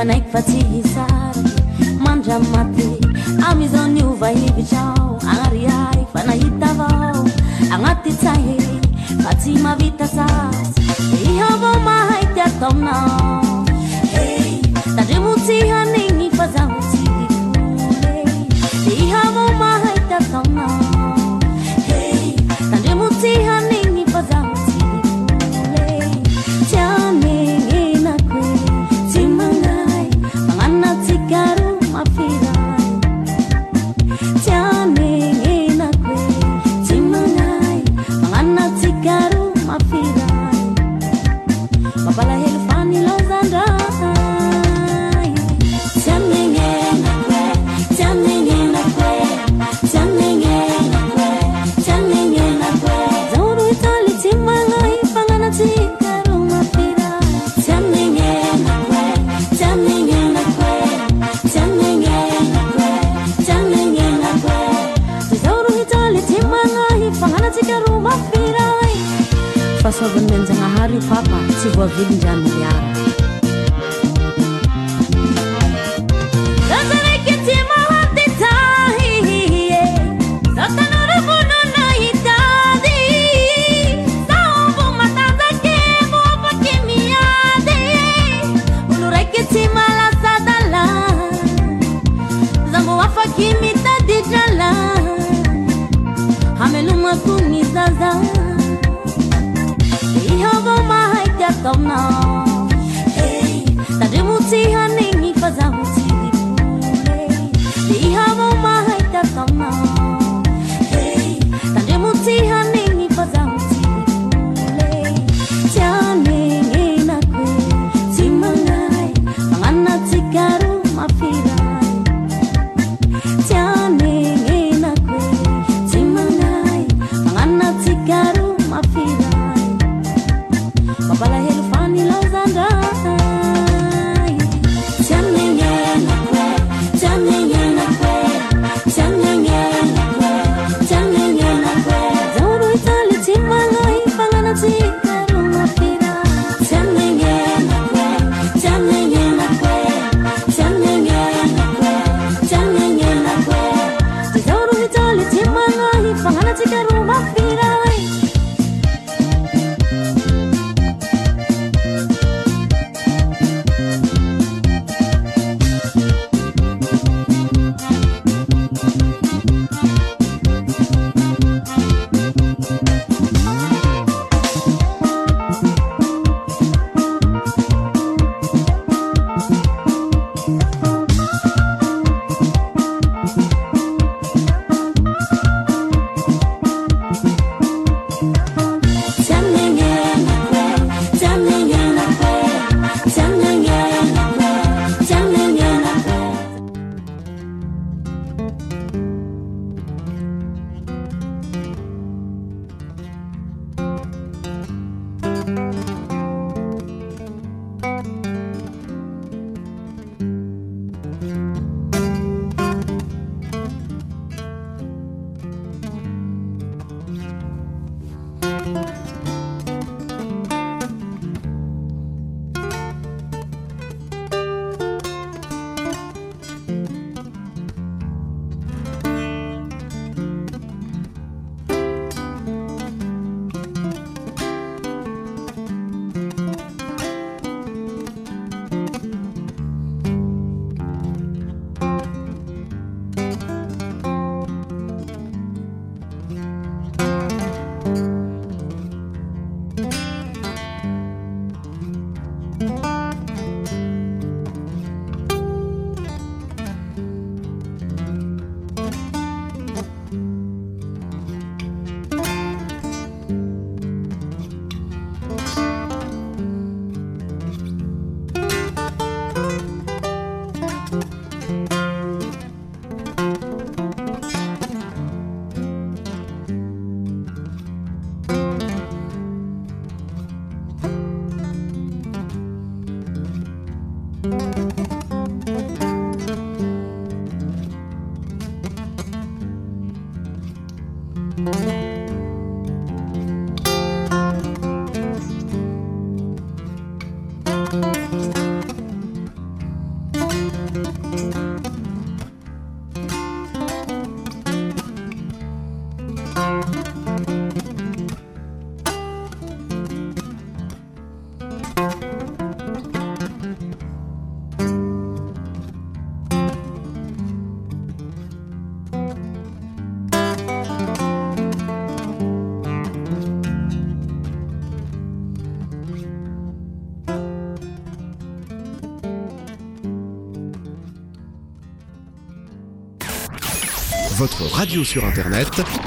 fanaiky fa tsy hisary mandramate amizao niovahivitsao agnariary fa nahita avao agnaty tsahy fa tsy mavita sasy ihavao mahay ty ataonao tandremo tsy hanigny fa zaho tsy hifole ihavao mahay ty ataonao tandremo tsy hanigny fa zaho tsy hifole tsy anengenako tsy manay magnana tsikaro mafiray tsy anengenako tsy manay magnana tsikaro mafiray mapalahelo fanilozandray tsy anengenako tsy anengenako tsy anengenako tsy anengenako zaho ro hitaly tsy manay fagnana tsikaro mafiray tsy anengenako tsy anengenako tsy anengenako tsy anengenako zaho ro hitaly tsy manay fagnana tsikaro mafiray fahasoavan'ny menjanahary io papa tsy voavilin-drano miara zazaraiky tsy mahaty tahy zao tanora vonona hitady zaho mbo matanjake mbo afaky miady olo raiky tsy malasa dala za mbo afaky mitady drala hamelomako ny zaza ihavao mahay ty ataonao tandremo tsy hanigny fa zaho tsy hifole ihavao mahay ty ataonao tandremo tsy hanigny fa zaho tsy hifole tsy anengenako tsy manay magnana tsikaro mafiray tsy anengenako tsy manay magnana tsikaro mafiray mapalahelo fanilozandray tsy anengenako tsy anengenako tsy anengenako tsy anengenako zaho ro hitaly tsy manay fagnana tsikaro mafiray tsy anengenako tsy anengenako tsy anengenako tsy anengenako zaho ro hitaly tsy manay fagnana tsikaro mafiray votre radio sur internet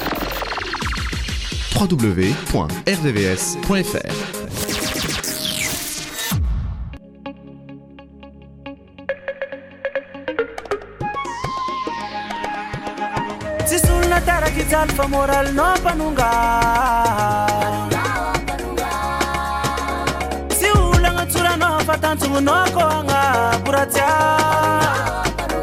www.rdvs.fr. Sisulna terra che zalfa moral no panunga. Si ulanga tsura no fatanzu no koanga buratia.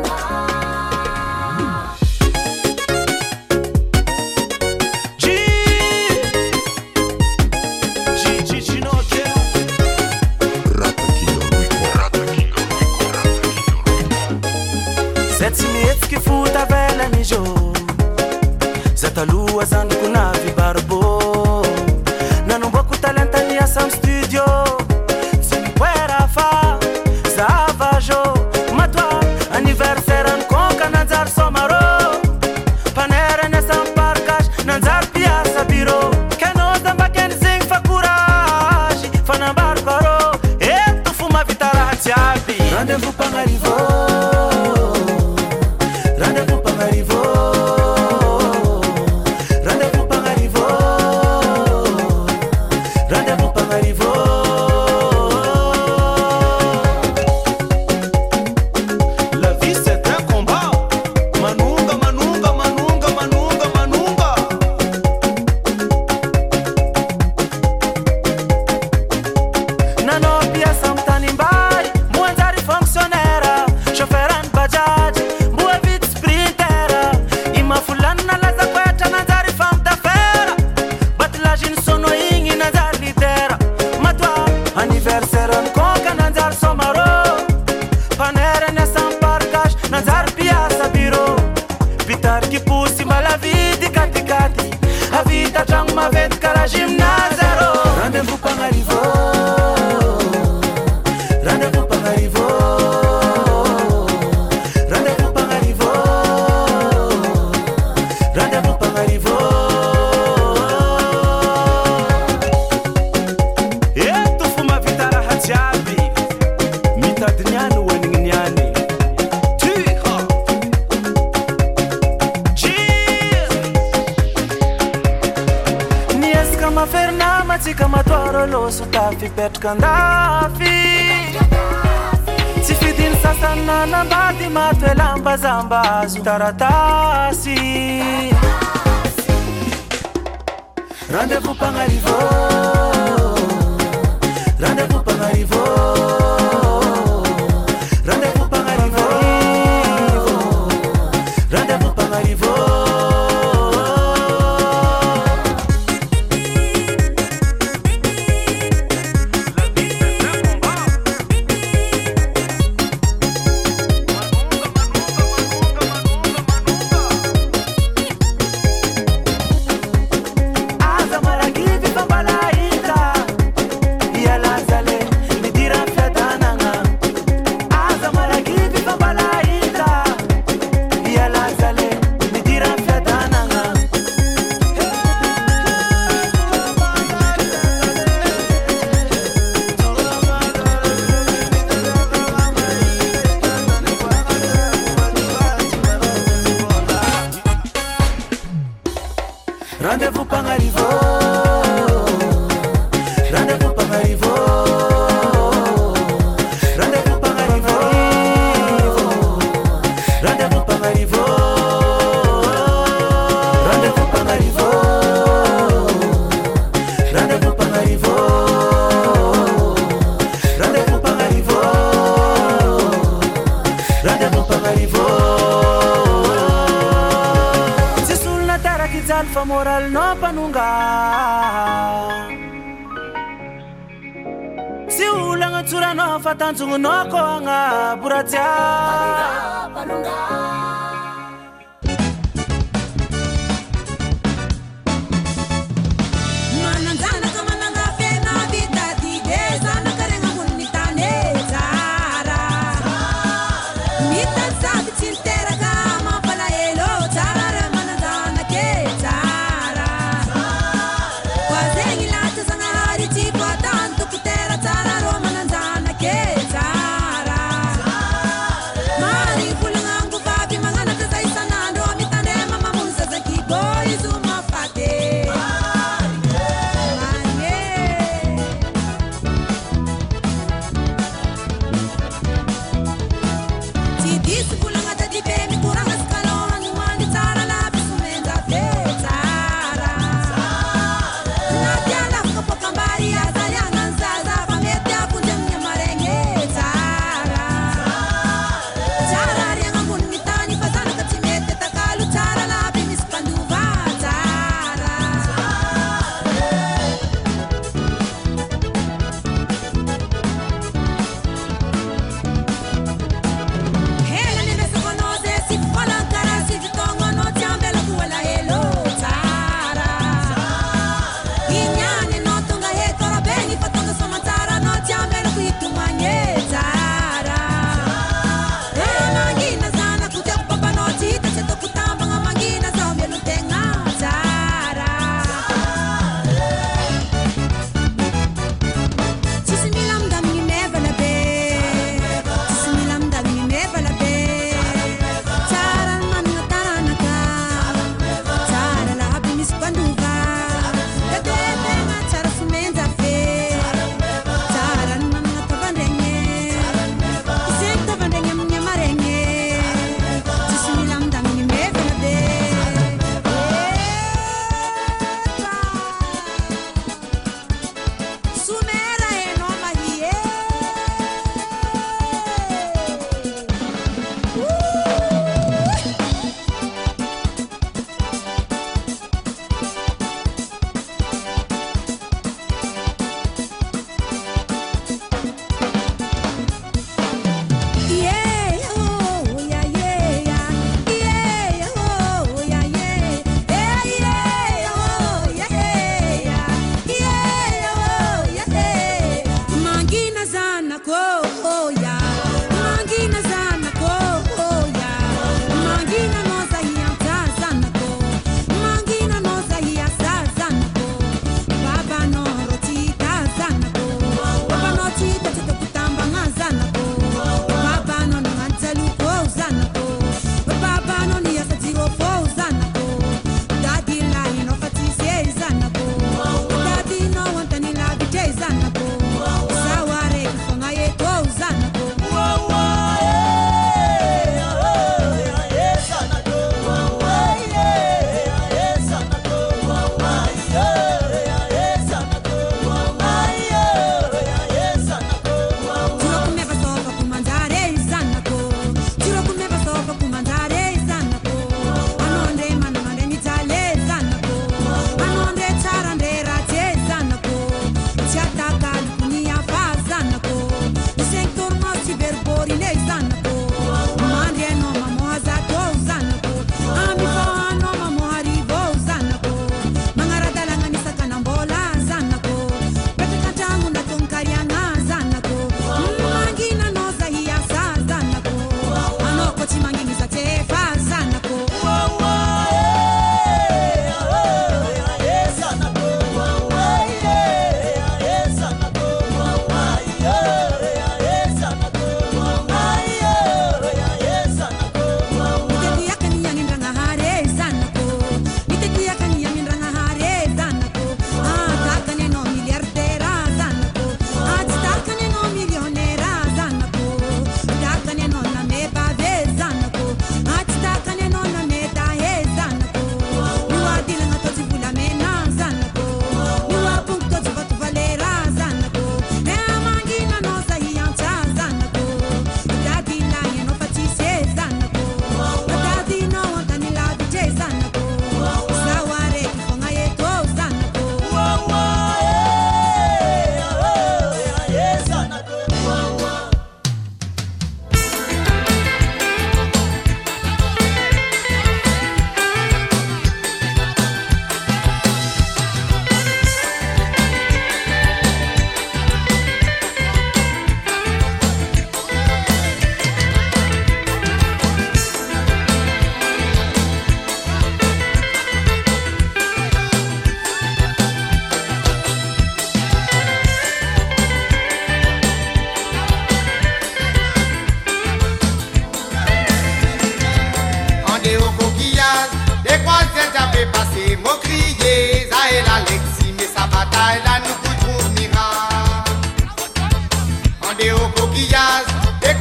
Setsi futa bella ni jo Zata lua zandu kuna vibarbo Na numboku talenta ni asam studio Sini puera fa Zava jo Matwa anniversaire an konka nanzar somaro Panera nesam parkash Nanzar piasa biro Keno zamba ken sing fa courage Fanambar karo E tu fuma vitara hatiabi Rendez-vous pangarivo Kandafi Sifidin sasana na bati matwe lamba zamba Zutaratasi Rendez-vous pangarivo Rendez-vous pangarivo Rendez-vous pangarivo Rendez-vous pangarivo Rendez-vous pangarivo Rendez-vous pangarivo Rendez-vous pangarivo Rendez-vous pangarivo Rendez-vous pangarivo Rendez-vous pangarivo Rendez-vous pangarivo Rendez-vous pangarivo Alfa moral no panunga Si ulanga tsura no fatanzungu no koanga buratia panunga Mananzana kamananga pena vita di desana karenga munitane zara Mita sabi chintera kama pala elo zara Mari pulang angku babi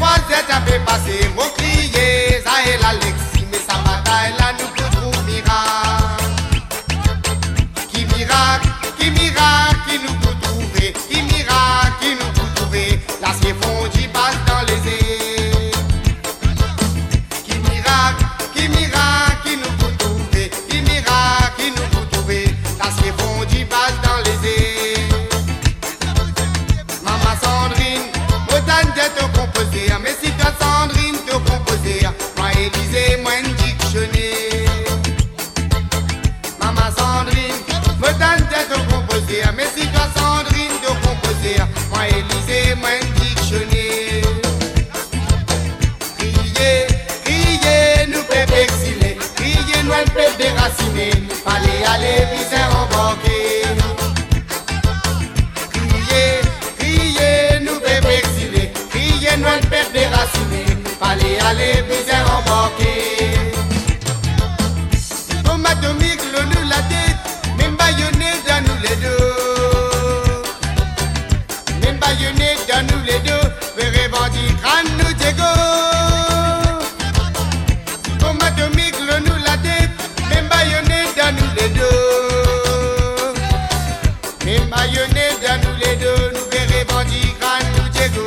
croisettes a fait passer, mon crier, ça est l'Alexis, mais sa bataille là nous peut trouver miracle. Qui miracle, qui nous peut trouver, qui nous peut trouver, l'acier fondu passe dans les airs. Qui miracle, qui nous peut trouver, qui nous peut trouver, l'acier fondu passe dans les airs. Maman Sandrine, autant de te composer, mais si toi Sandrine te composer, moi Élisée, moi un dictionnaire. Maman Sandrine, autant de te composer, mais si toi Sandrine te composer, moi Élisée, moi un dictionnaire. Criez, nous peuples exilés, criez, nous un peuple déraciné, aller, viser embarquer. Criez, nous peuples exilés, criez, nous un peuple déraciné, aller, viser embarquer. Comme atomique, l'eau nous la tête, même baïonnette dans nous les deux. Même baïonnette dans nous les deux, verrez bandit, crâne nous dégo. Comme atomique, l'eau nous la tête, même baïonnette dans nous les deux. Même baïonnette dans nous les deux, nous verrez bandit, crâne nous dégo.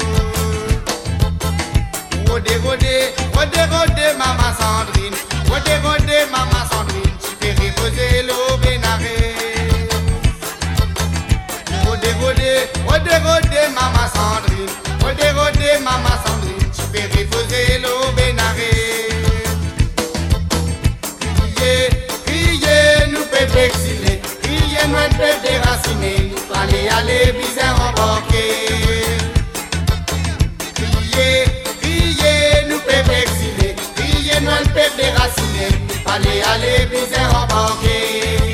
Rodez, maman Sandrine, rodez, maman Sandrine, tu fais reposer l'eau bénarée. Rodez, maman Sandrine, rodez, maman Sandrine, tu fais reposer l'eau bénarée. Criez, nous peuples exilés, criez, nous un peuple déraciné, nous aller, bizarre embarquer. Criez, nous peuples exilés, criez, nous un peuple déraciné, aller, bizarre embarquer.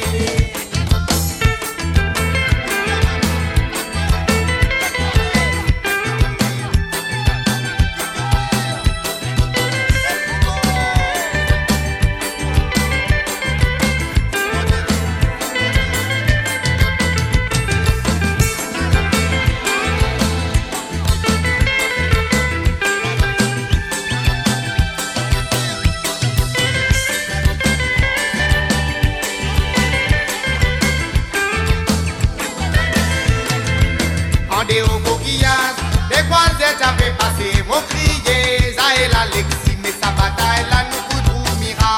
Au coquillage, les croisettes a fait passer, mon crier, ça est l'Alexis, mais sa bataille là nous peut trouver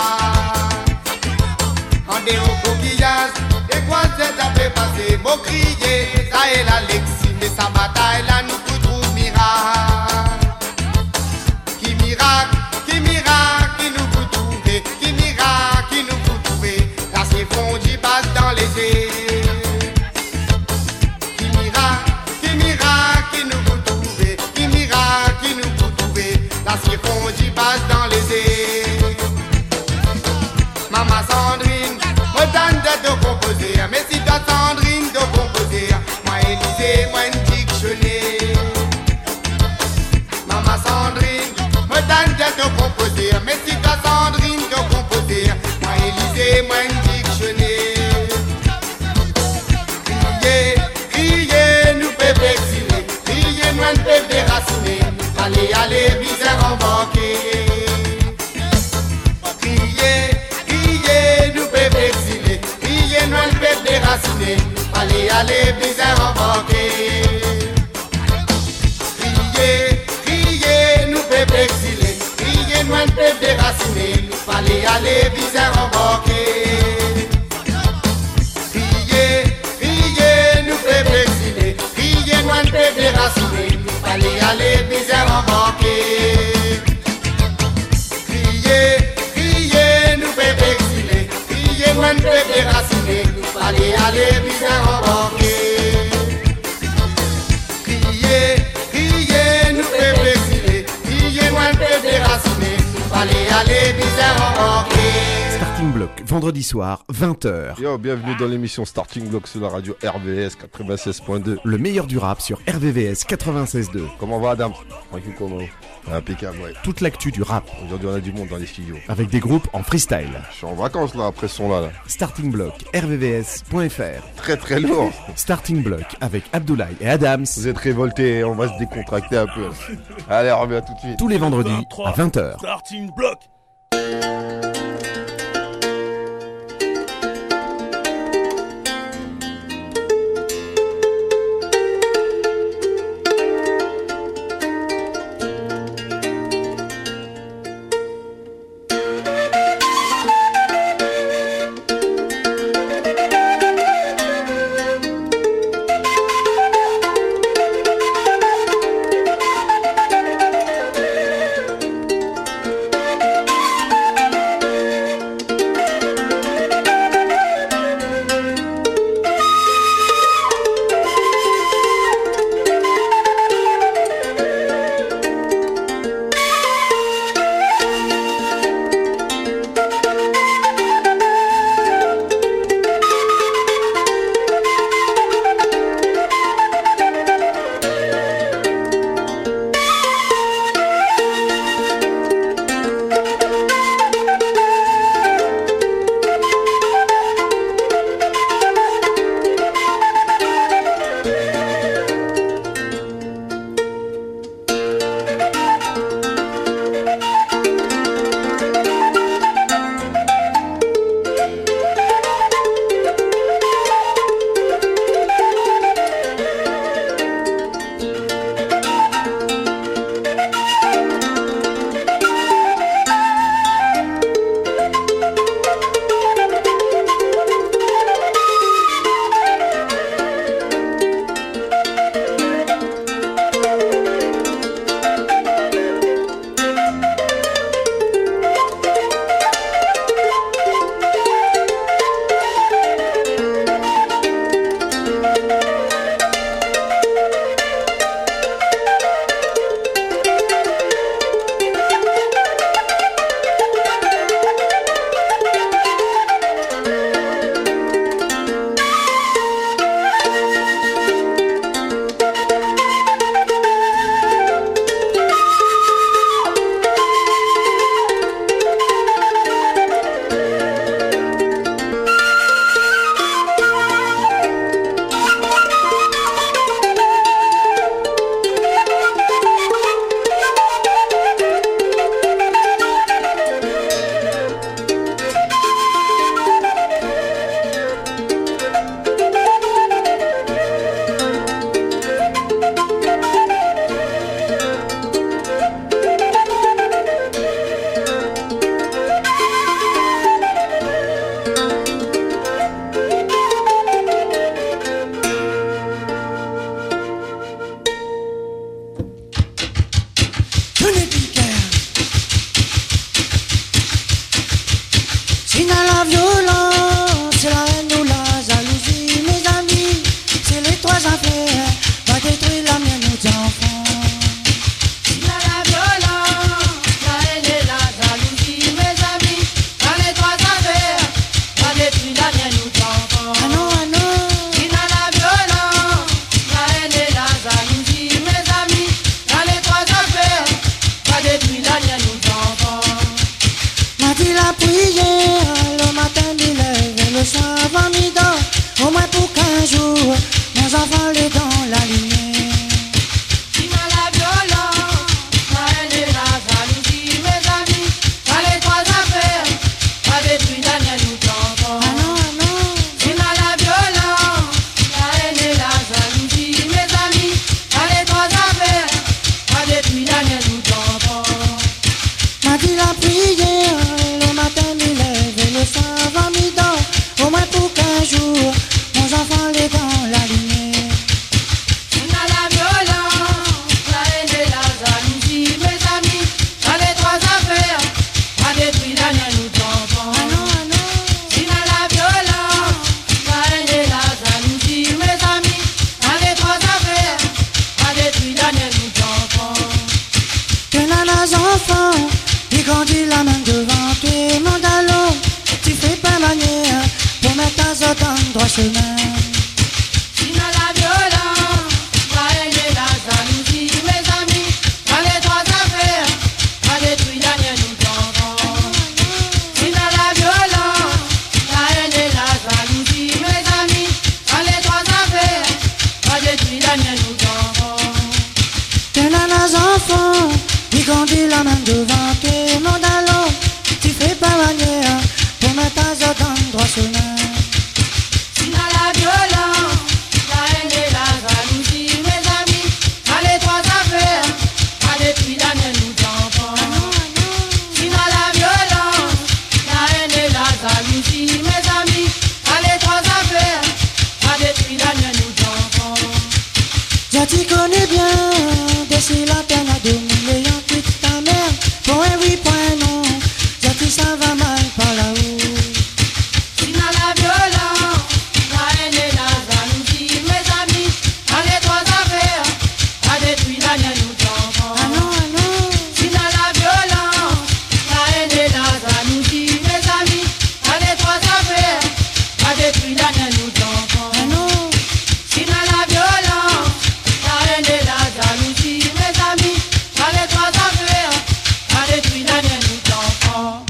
miracle. Rendez au coquillage, les croisettes a fait passer, mon crier, ça est l'Alexis, mais sa bataille là nous peut trouver miracle. Qui miracle, qui nous peut trouver, qui nous peut trouver, là c'est fondu passe dans les airs. L'acier fondu passe dans les airs. Maman Sandrine, autant de te composer, mais si toi Sandrine te composer, moi Élisée, moi un dictionnaire. Maman Sandrine, autant de te composer, mais si toi Sandrine te composer, moi Élisée, moi un dictionnaire. Criez, nous peuples exilés, criez, nous un peuple déraciné, aller, bizarre embarquer. Criez, nous peuples exilés, criez, nous un peuple déraciné, aller, bizarre embarquer. Criez, nous peuples exilés, criez, nous un peuple déraciné, aller, bizarre embarquer. Criez, nous peuples exilés, criez, nous un peuple déraciné, aller, bizarre embarquer. Criez, nous peuples exilés, criez, nous un peuple déraciné, aller, bizarre embarquer. Criez, nous peuples exilés, criez, nous un peuple déraciné, aller, bizarre embarquer. Starting Block. Block, vendredi soir, 20h. Yo, bienvenue dans l'émission Starting Block sur la radio RVVS 96.2. Le meilleur du rap sur RVVS 96.2. Comment va Adam? Tranquille comment? Impeccable, ouais. Toute l'actu du rap. Aujourd'hui on a du monde dans les studios. Avec des groupes en freestyle. Je suis en vacances là, après ce son là. Starting Block, rvvs.fr. Très très lourd. Starting Block avec Abdoulaye et Adams. Vous êtes révoltés, on va se décontracter un peu. Allez, on revient tout de suite. Tous les vendredis à 20h. Starting Block. semaines. Grandis la main devant tes mon dallon, tu fais pas manière pour mettre ta zone dans droit chemin. Sinon la violence, la haine et la jalousie, mes amis, à les trois affaires, à détruire Daniel nous enfants. Sinon la violence, la haine et la jalousie, mes amis, à les trois affaires, à détruire Daniel nous enfants. Ja tu connais bien, d'ici la peine à dominer en toute ta mère. Point oui, point non, ja tu ça va mal par là-haut. Sinon la violence, la haine et la jalousie, mes amis, à les trois affaires, à détruire Daniel nous enfants. Ah non, ah non. Sinon la violence, la haine et la jalousie, mes amis, à les trois affaires, à détruire Daniel nous enfants. Ah non. Sinon la violence, la haine et la jalousie, mes amis, à les trois affaires, à détruire Daniel nous enfants.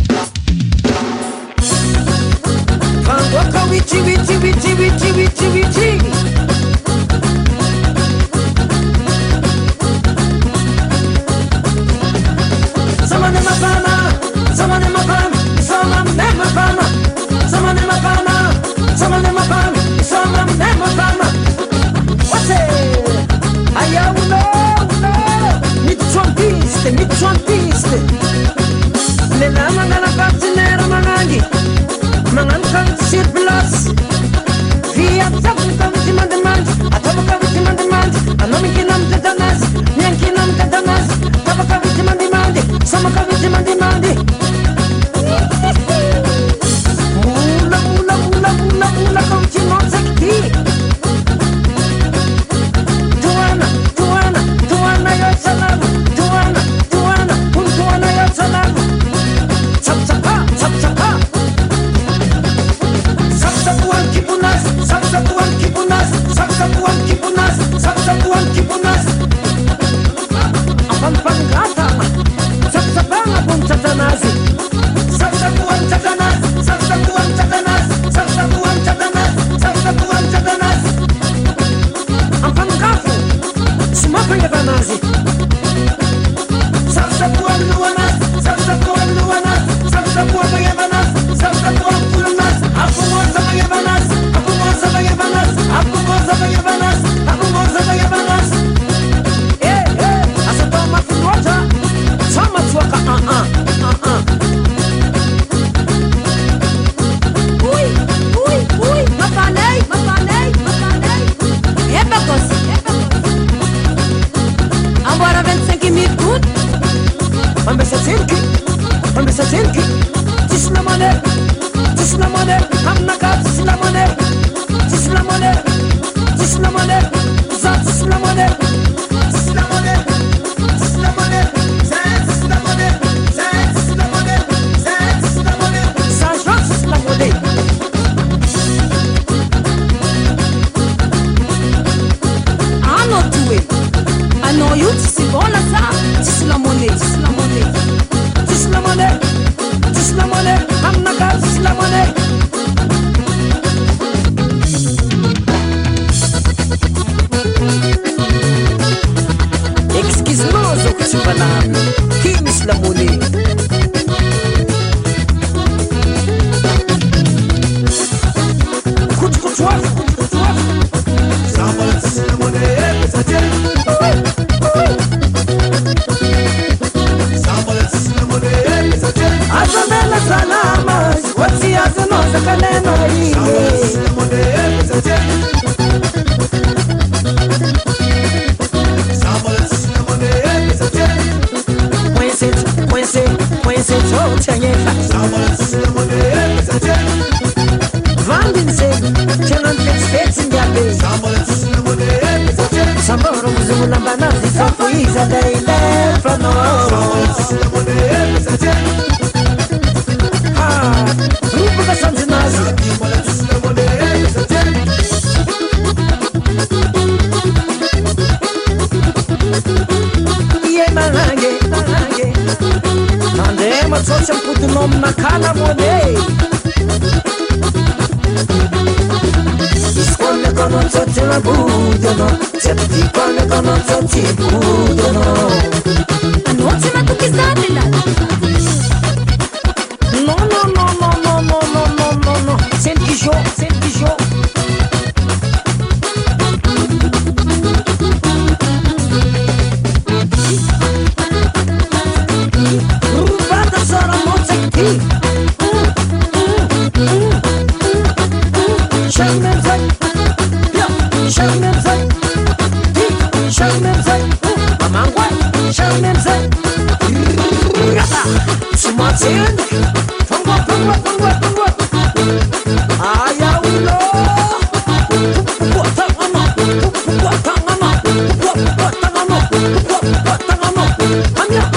Waka witchy witchy witchy witchy witchy witchy. Someone in my banner, someone in my banner, someone in my banner, someone in my banner, someone in my banner, someone in my banner. What's it? I know, mitrumpiste. Le nama nella partenera manangi. Mangan surplus. Via tabuka vitima demand. Atabuka vitima demand. Anomikinam tetanas. Nyankinam tetanas. Tabuka vitima demand. Samaka vitima demand. Mula mula mula mula mula continua sekti. Tuana tuana tuana yo salamu. Tuana tuana tuana yo salamu. Chap chapa chap chapa. Sapsapuan kipunas, sapsapuan kipunas, sapsapuan kipunas, sapsapuan kipunas. Apan panggata, sapsapanga pun catanasi. Sapsapuan catanas, sapsapuan catanas, sapsapuan catanas, sapsapuan catanas. Apan kafu, semua yabanasi. Sapsapuan luanas, sapsapuan luanas, sapsapuan yabanas, sapsapuan pulunas. Aku mau sebagai banas, aku mau sebagai banas, aku mau sebagai banas, aku mau sebagai banas. Asal kau makin wajah, sama suaka Ui, ui, ui, mafanei, mafanei, mafanei. Epa cosi, epa cosi. Agora 25 mil good. Ambil setirki, cisna money, I'm not got cisna money, cisna money, cisna money, cisna money, cisna money, cisna money, cisna money, cisna money, cisna money, cisna money. I know do it. I know you c'est bon là ça. Cisna money, cisna money. Cisna money, I'm not got cisna money. Excuse-moi, je suis pas là. Qui miss la monnaie? Coup de soif. Ça va, c'est la monnaie, ça tient. Azamela salama, wati azano zakaneno hii. Mwense chanyeka. Vandinse, chenan fets ingabe. Samboro mzula banazi sofuiza daile plano. Grupo da Sanzinazi. sosy amipodinao aminakala mone izy koa miakanao tsotsy anabody anao tsy ampidiko miakanao tsotsy body anao anao tsy matoky izany la non non non non non non non non non non c'est le jour rubata sarà mozza qui Charmezai, Charmezai, Charmezai, Amangwai, Charmezai, Rata, Sumatien, Fangwa, Ayaulo, Tangama, Amia,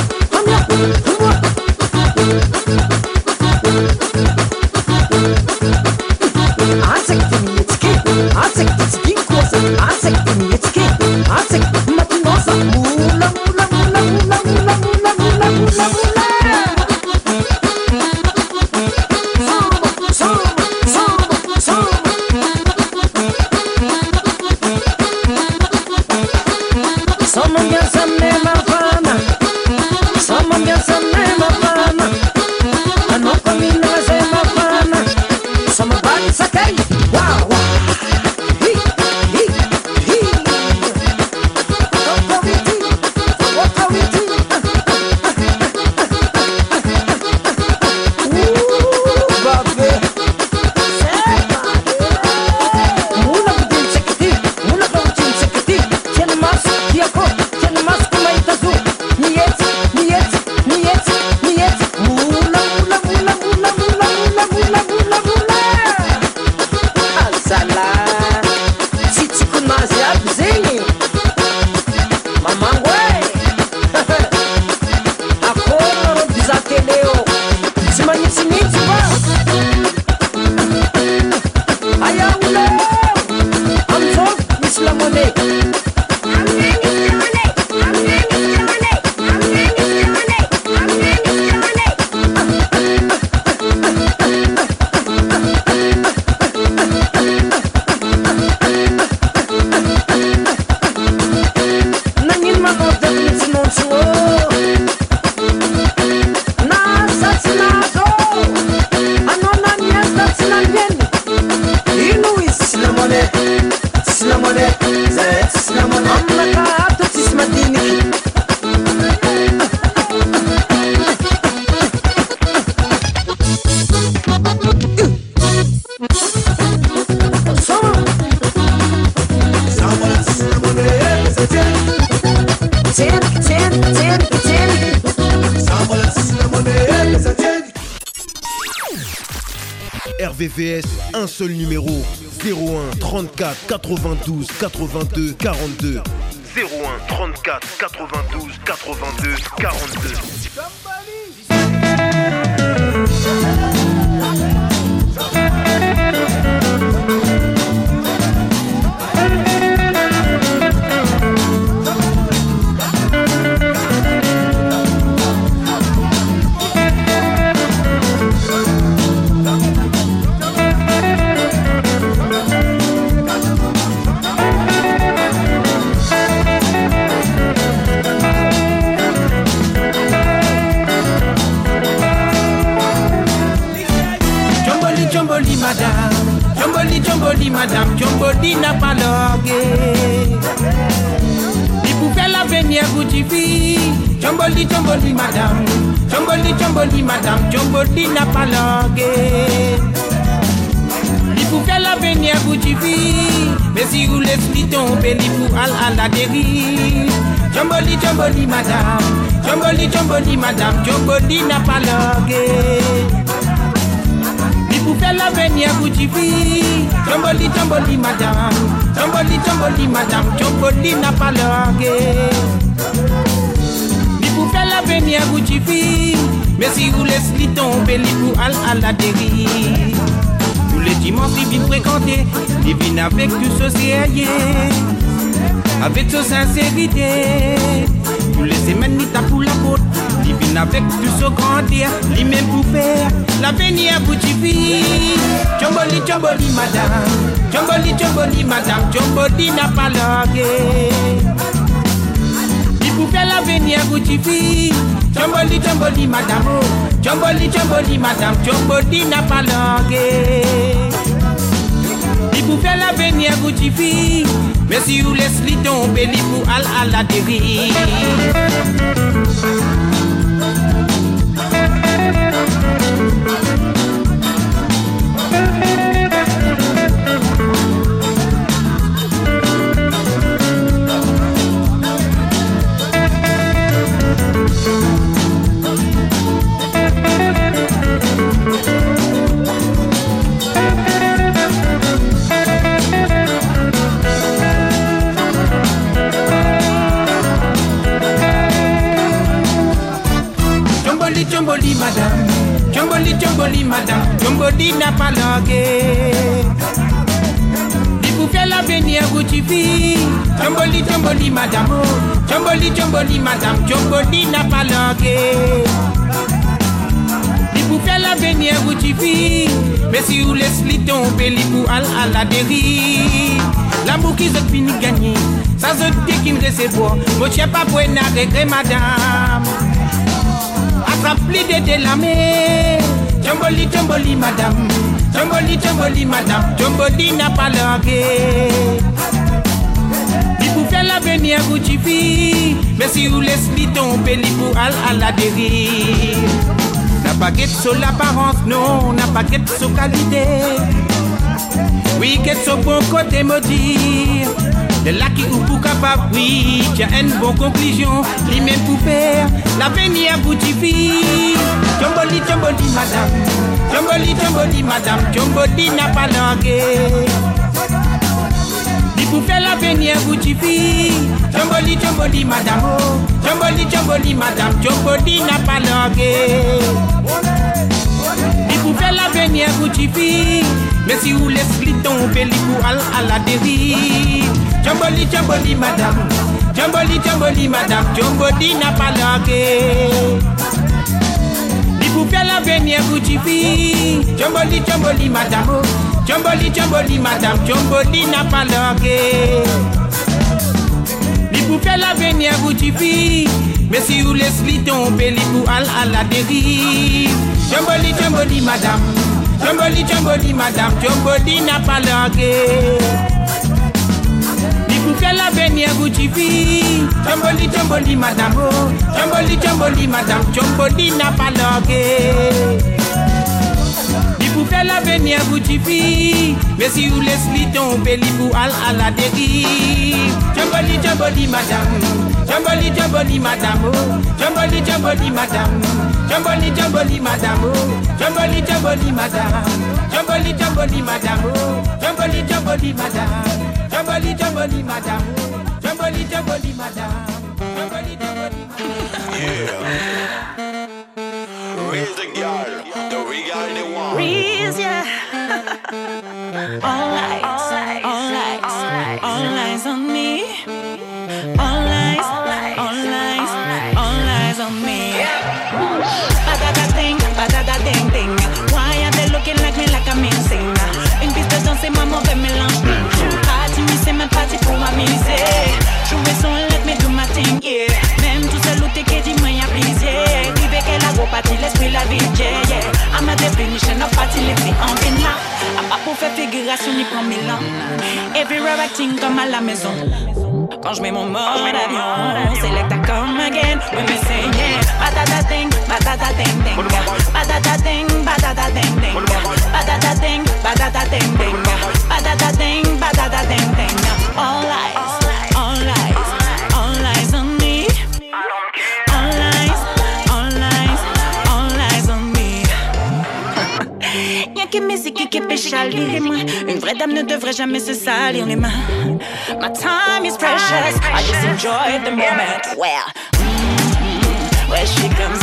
RVVS, un seul numéro, 01 34 92 82 42. 01 34 92 82 42. Madame Djombodi n'a pas logué. Il pouvait l'avenir Goujifi. Djombodi Madame. Djombodi Madame. Djombodi n'a pas logué. Il pouvait l'avenir Goujifi. Mais si vous laissez tomber, il faut à la dérive. Djombodi Madame. Djombodi Madame. Djombodi n'a pas logué. Pour faire l'avenir Goujifi. Djombodi Madame. Djombodi Madame. Djombodi n'a pas logué. Pour faire l'avenir Goujifi. Mais si vous laissez tomber, il faut à la dérive. Tous les dimanches, il vient fréquenter. Il vient avec tout ce sérieux. Avec toute sincérité. tous les semaines ni ta pour la côte. Il vient avec tout ce grand air, il même pour faire l'avenir pour Tifi. Tchomboli, tchomboli, madame. Tchomboli, tchomboli, madame. Tchomboli n'a pas largué. Il pour faire l'avenir pour Tifi. Tchomboli, tchomboli, madame. Tchomboli, tchomboli, madame. Tchomboli n'a pas largué. Il pour faire l'avenir pour Tifi. Mais si vous laissez tomber, il pour à la dérive. Tchomboli madame, tchomboli tchomboli madame, tchomboli n'a pas largué. Il faut faire l'avenir vous Tifi. Tchomboli tchomboli madame, tchomboli tchomboli madame, tchomboli n'a pas largué. Il faut faire l'avenir vous Tifi. Mais si vous laissez tomber, il faut à la dérive. L'amour qui se finit gagner, ça se dit qu'il me recevoir. Moi je pas pour n'a regret madame. Attrape-li de la mer. Tchomboli, tchomboli, madame. Tchomboli, tchomboli, madame. Tchomboli n'a pas largué. Il faut faire l'avenir vous Tifi. Mais si vous laissez tomber, il faut à la dérive. N'a pas guette sur l'apparence, non. N'a pas guette sur qualité. Oui, guette sur bon côté maudit. De là qui ou pour capable, oui, tu as une bonne conclusion. Lui même pour faire l'avenir pour Tifi. Tchomboli, tchomboli, madame. Tchomboli, tchomboli, madame. Tchomboli n'a pas largué. Il faut faire l'avenir pour Tifi. Tchomboli, tchomboli, madame. Tchomboli, tchomboli, madame. Tchomboli n'a pas largué. Il faut faire l'avenir pour Tifi. Mais si vous laissez tomber, il faut à la dérive. Tchomboli, tchomboli, madame. Tchomboli, tchomboli, madame. Tchomboli n'a pas largué. Il faut faire l'avenir pour Tifi. Tchomboli, tchomboli, madame. Tchomboli, tchomboli, madame. Tchomboli n'a pas largué. Il faut faire l'avenir pour Tifi. Mais si vous laissez tomber, il faut à la dérive. Tchomboli, tchomboli, madame. Tchomboli, tchomboli, madame. Tchomboli n'a pas largué. Il faut faire l'avenir vous Tifi. Tchomboli, tchomboli, madame. Tchomboli, tchomboli, madame. Tchomboli n'a pas largué. Il faut faire l'avenir vous Tifi. Mais si vous laissez tomber, il faut à la dérive. Tchomboli, tchomboli, madame. Tchomboli, tchomboli, madame. Tchomboli, tchomboli, madame. Tchomboli, tchomboli, madame. Tchomboli, tchomboli, madame. Tchomboli, tchomboli, madame. Tchomboli, tchomboli, madame. Tchomboli, tchomboli, madame. Tchomboli, tchomboli, madame. Tchomboli, tchomboli, madame. Yeah. Raise the girl, the regal they want. Raise, yeah. All eyes, all eyes, all eyes on me. All eyes, all eyes, all eyes on me. Patata ding, ding. Why are they looking like me like I'm missing? Une piste de danse et maman veut mélanger. Party, mais c'est même parti pour m'amuser. Jouer son let me do my thing, yeah. Même tout seul ou t'es qui dit moi y'a plaisir. Rive qu'elle a gros parti, l'esprit la vie, yeah. I'm a definition of party, les filles en vina. A pas pour faire figuration ni prendre mille ans. Everywhere acting comme à la maison. Quand je mets mon mode avion, select I come again. We me say yeah. Patata ding, ding. Patata ding, ding. Patata ding, ding. Patata ding, ding. Patata ding. All eyes, all eyes, all eyes on me. All eyes, all eyes, all eyes on me. Y'a que musique qui peut chalir moi. Une vraie dame ne devrait jamais se salir les mains. My time is precious, I just enjoy the moment. Well, where she comes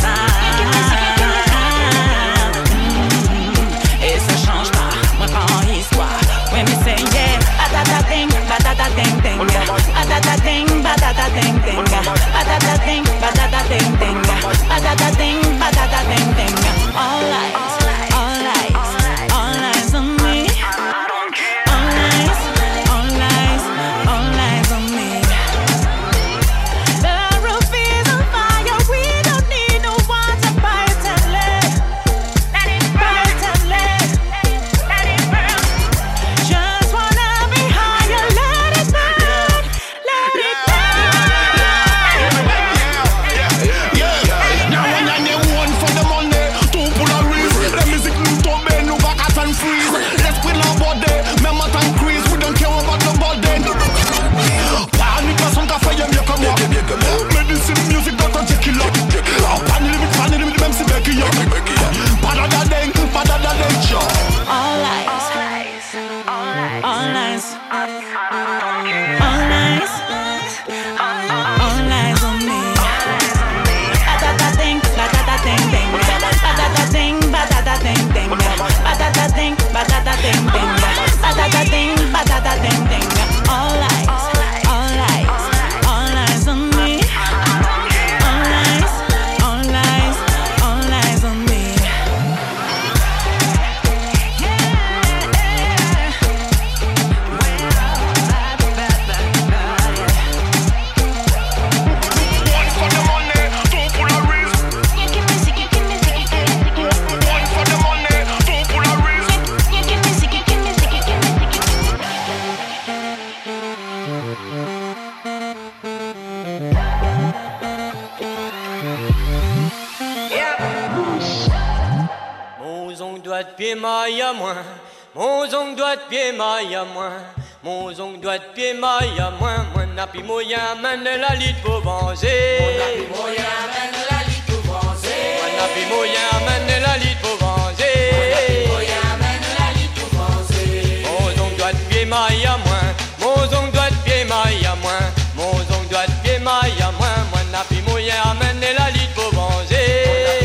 et ça change pas, moi pas en histoire. When me say yeah, patata ding, ding. Patata ding, ding. Patata ding, ding. de pied maille à moins. Mon zong doigt de pied maille à moins. Mon zong doigt de pied maille à moins. Moi n'a plus moyen mène la lit pour vanzer. Moi n'a plus moyen mène la lit pour vanzer. Moi n'a plus moyen mène la lit pour vanzer. Moi n'a plus moyen mène la lit pour vanzer. Mon zong doigt de pied maille à moins. Mon zong doigt de pied maille à moins. Mon zong doigt de pied maille à moins. Moi n'a plus moyen mène la lit pour vanzer.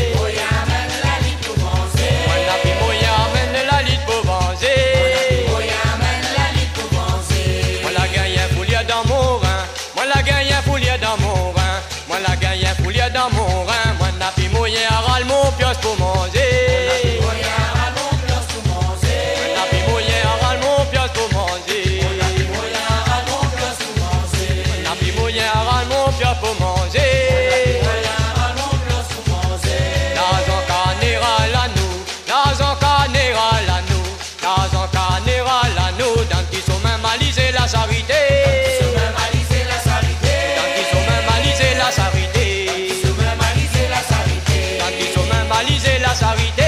Dans mon rein, moi n'a plus moyen à râler mon pioche pour manger. Moi n'a plus moyen à râler mon pioche pour manger. Moi n'a plus moyen à râler mon pioche pour manger. Moi n'a plus moyen à râler mon pioche pour manger. L'argent carnéral à nous, l'argent carnéral à nous, l'argent carnéral à nous, dans qui sont même alisés la charité. La charité,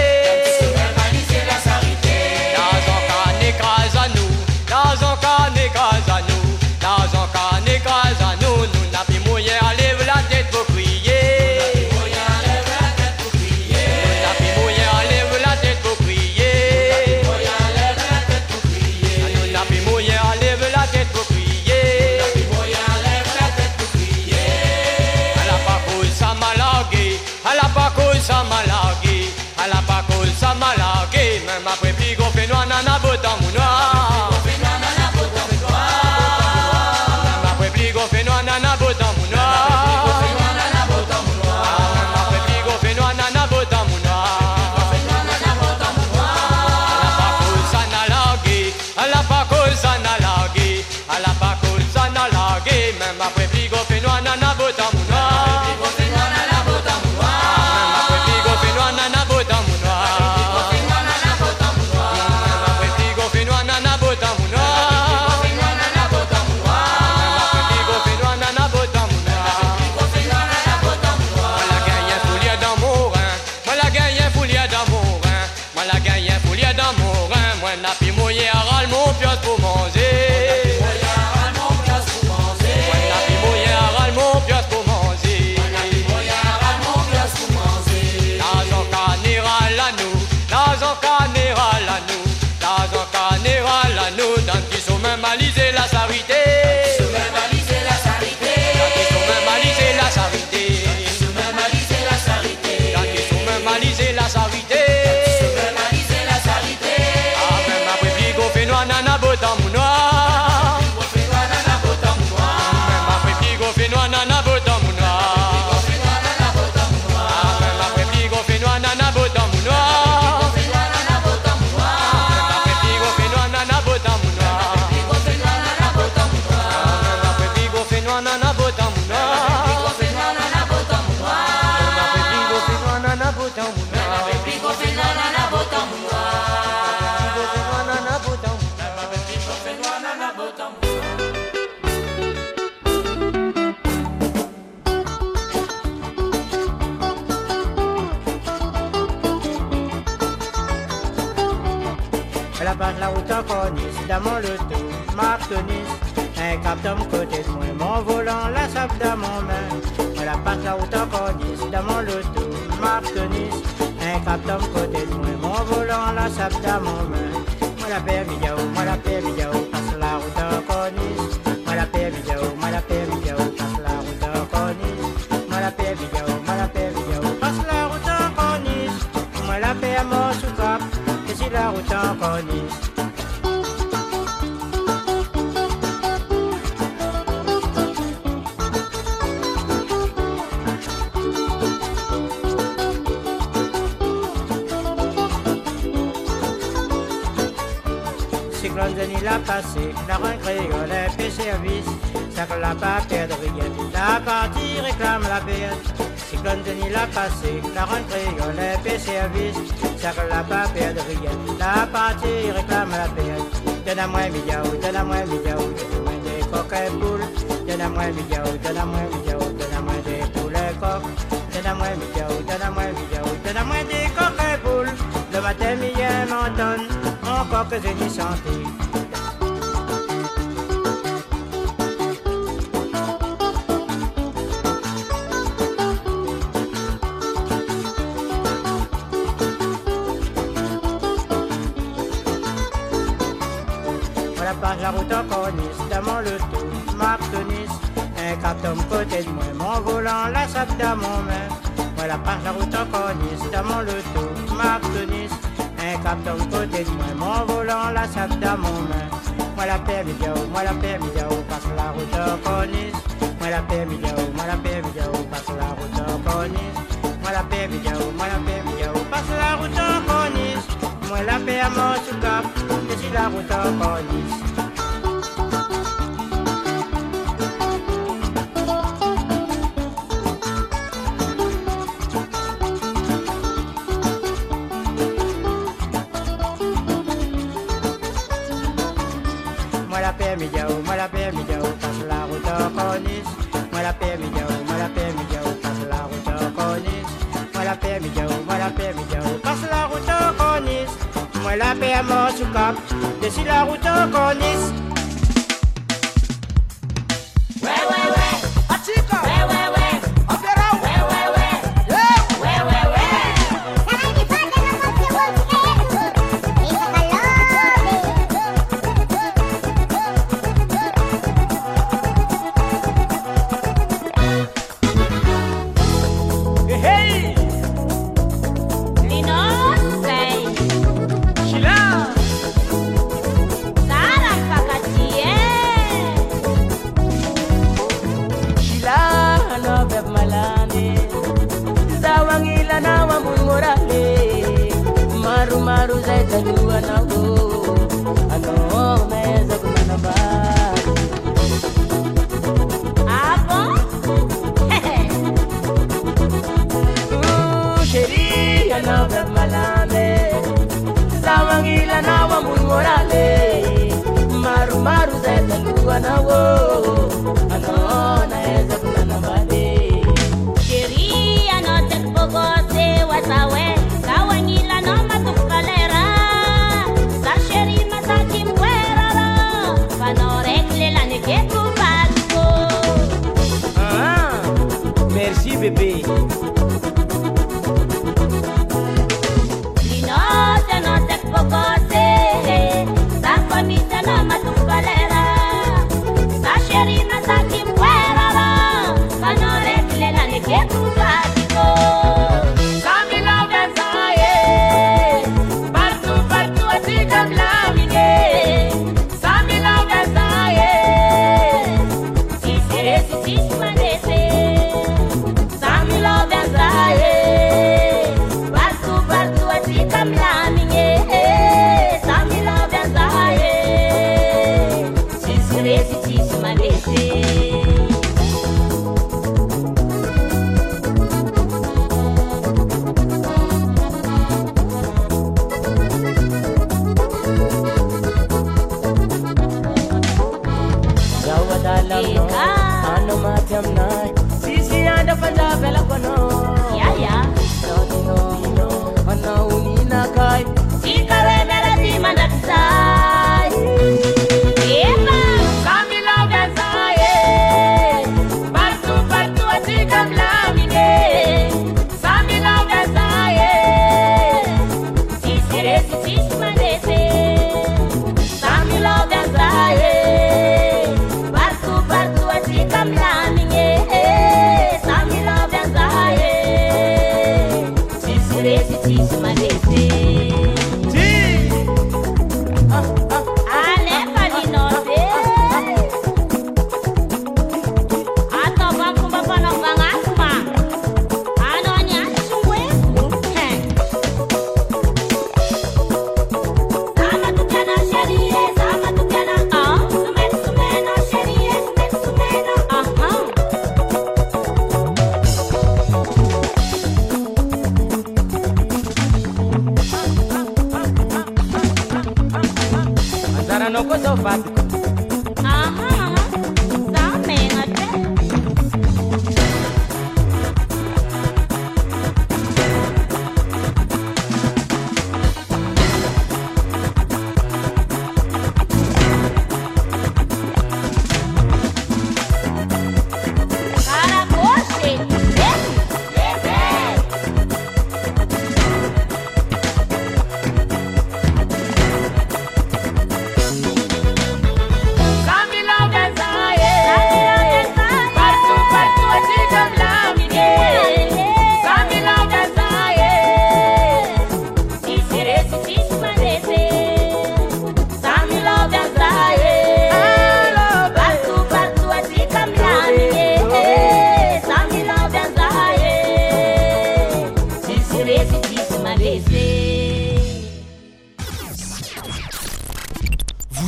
l'argent qu'un écrase à nous, l'argent qu'un écrase à nous, l'argent qu'un écrase à nous, nous n'a plus moyen à lever la tête pour crier. Nous n'a plus moyen à lever la tête pour crier. Nous n'a plus moyen à lever la tête pour crier. À la parcours ça m'a largué, à la parcours ça m'a largué. À la parcours ça m'a largué, même après plus gros fait noir, nana botan mon noir. Même après plus gros fait noir, nana botan mon noir. Même après plus gros fait noir, nana botan mon noir. À la parcours ça n'a largué, à la parcours ça n'a largué, à la parcours ça n'a largué, même après plus gros fait noir, nana botan mon noir. N'a plus moyen à râler mon pioche pour manger. Moi n'a plus moyen à râler mon pioche pour manger. L'argent carnéral à nous, l'argent carnéral à nous, l'argent carnéral à nous, dans qui sont même alisés la charité. Dans qui sont même alisés la charité. Dans qui sont même alisés la charité. Dans qui sont même alisés la charité. Nana botan mon noir. Même après plus gros fait noir, nana botan mon noir. Même après plus gros fait noir, nana botan mon noir. Même après plus gros fait noir, nana botan mon noir. Même après plus gros fait noir, nana botan mon noir. Même après plus gros fait noir, nana botan mon La base la route encore Nice, dans mon loto, Marc Tonis, un cap de mon côté de moi, mon volant, la sape dans mon main. La passe la route encore Nice, dans mon loto, Marc Tonis, un cap de mon côté de moi, mon volant, la sape dans mon main. Moi la paix vidéo, moi la paix vidéo, passe la route encore Nice. Moi la paix vidéo, moi la paix vidéo, passe la route encore Nice. Moi la paix vidéo, moi la paix vidéo, passe la route encore Nice. Moi la paix à mon sous-cap. Si la route encore Nice. Cyclone Denis l'a passé, la rentrée, les fait service, ça que la pas perdre rien, la partie réclame la paix. Cyclone Denis l'a passé, la rentrée, les fait service, ça que la pas perdre rien, la partie réclame la paix. Donne-moi un milliard, donne-moi un milliard, donne-moi des coques et poules, donne-moi un milliard, donne-moi un milliard, donne-moi des poules et coques, donne-moi un milliard, donne-moi un milliard, donne-moi des coques et poules. Le matin, midi, m'entendre, encore que je n'y santé. Voilà passe la route en corniche, dans mon loto, Marc Tonis, un carton côté de moi, mon volant, la sape dans mon main. Voilà passe la route en corniche, dans mon loto, Marc Tonis, un carton côté de moi, mon volant, la sape dans mon main. Moi la paix vidéo, passe la route en corniche. Moi la paix vidéo, passe la route en corniche. Moi la paix vidéo, passe la route en corniche. Moi la paix à mon sous-cap, je suis la route en corniche. Moi la paix vidéo, passe la route en corniche. Moi la paix vidéo, passe la route en corniche. Moi la paix vidéo, passe la route en corniche. Moi la paix à mon sous-cap, je suis la route en corniche. Merci bébé.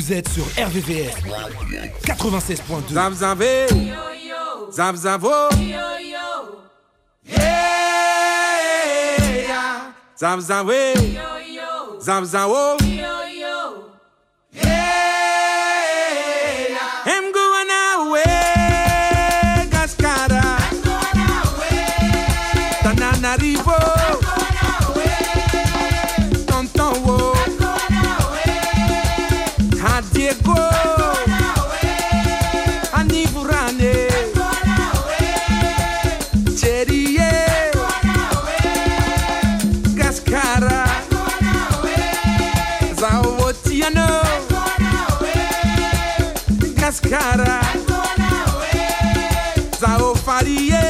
Vous êtes sur RVVS 96.2. Zamzambe, Zamzambo, yeah, Zamzambe, Zamzambo, yeah, I'm going away, Cascada, Tananarivo, Tonton Wo, Hadiego, Anivurane, Cherie, Cascara, Zawotiano, Cascara, Zaofarie,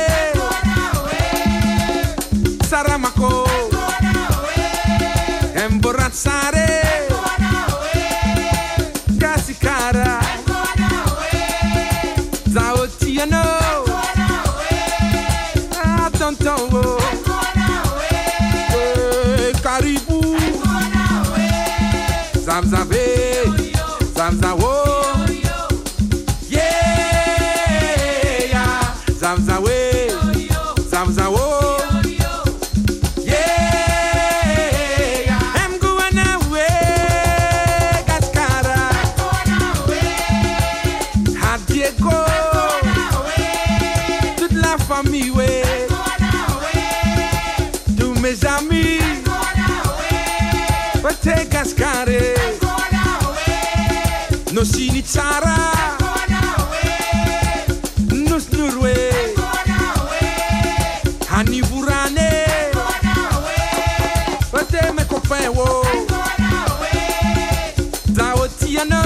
Saramako, Emborazzare, Casicara, Zaotiano, Tonton, Caribou, Zamzabe, Zamzawo, yeah, Zamzawe, Zamzawo, yeah, I'm going away, Cascara, Hadiego, toute la famille, ouais, tous mes amis, Pate Cascare, no Sinitsara, Nus Nurwe, Hanivurane, Pate me copain wo, Zaotiano,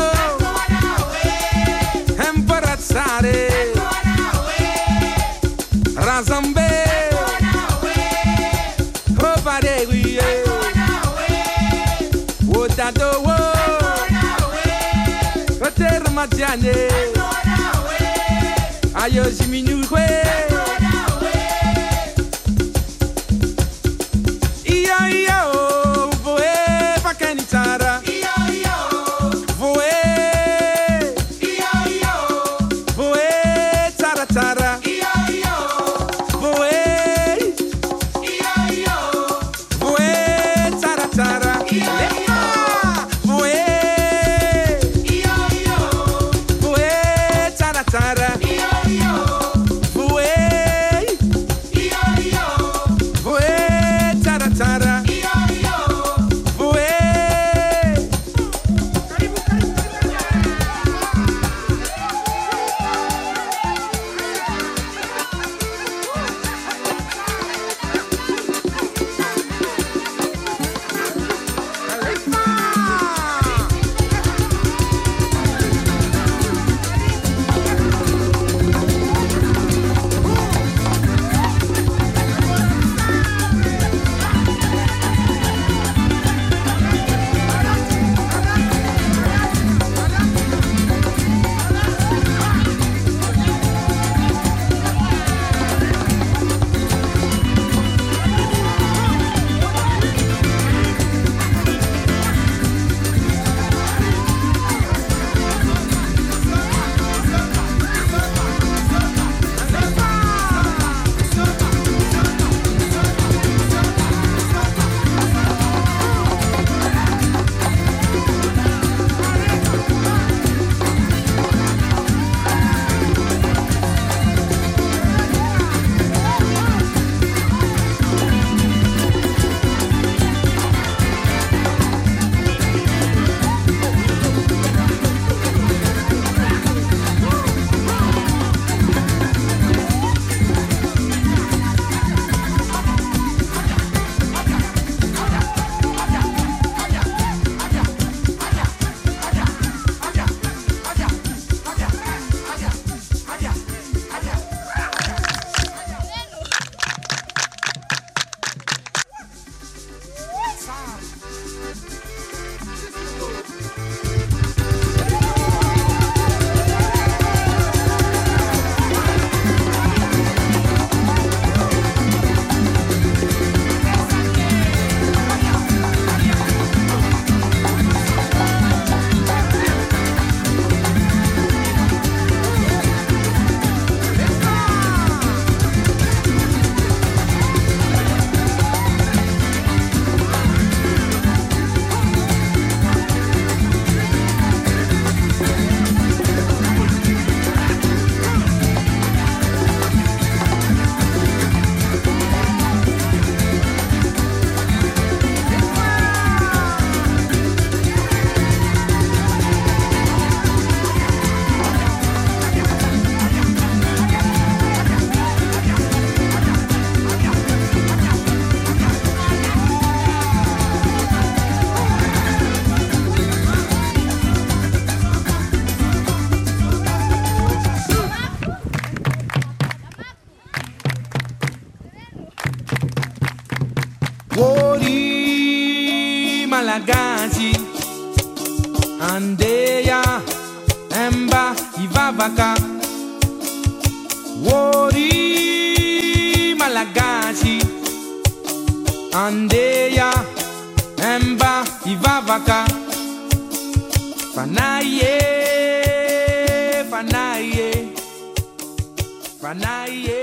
Emparazzare, Razambe, Ovarewie, Wodado, Pate Madiane, Ayo Jiminurwe, Iyo, Voe, Pakenitara, Voe, Voe, Tara Tara, Voe, Voe, Tara Tara, Voe, Voe, Tara Tara, Voe, Andeya, Emba, Ivavaka, Wori, Malagashi. Andeya, Emba, Ivavaka, Fanaye, Fanaye, Fanaye.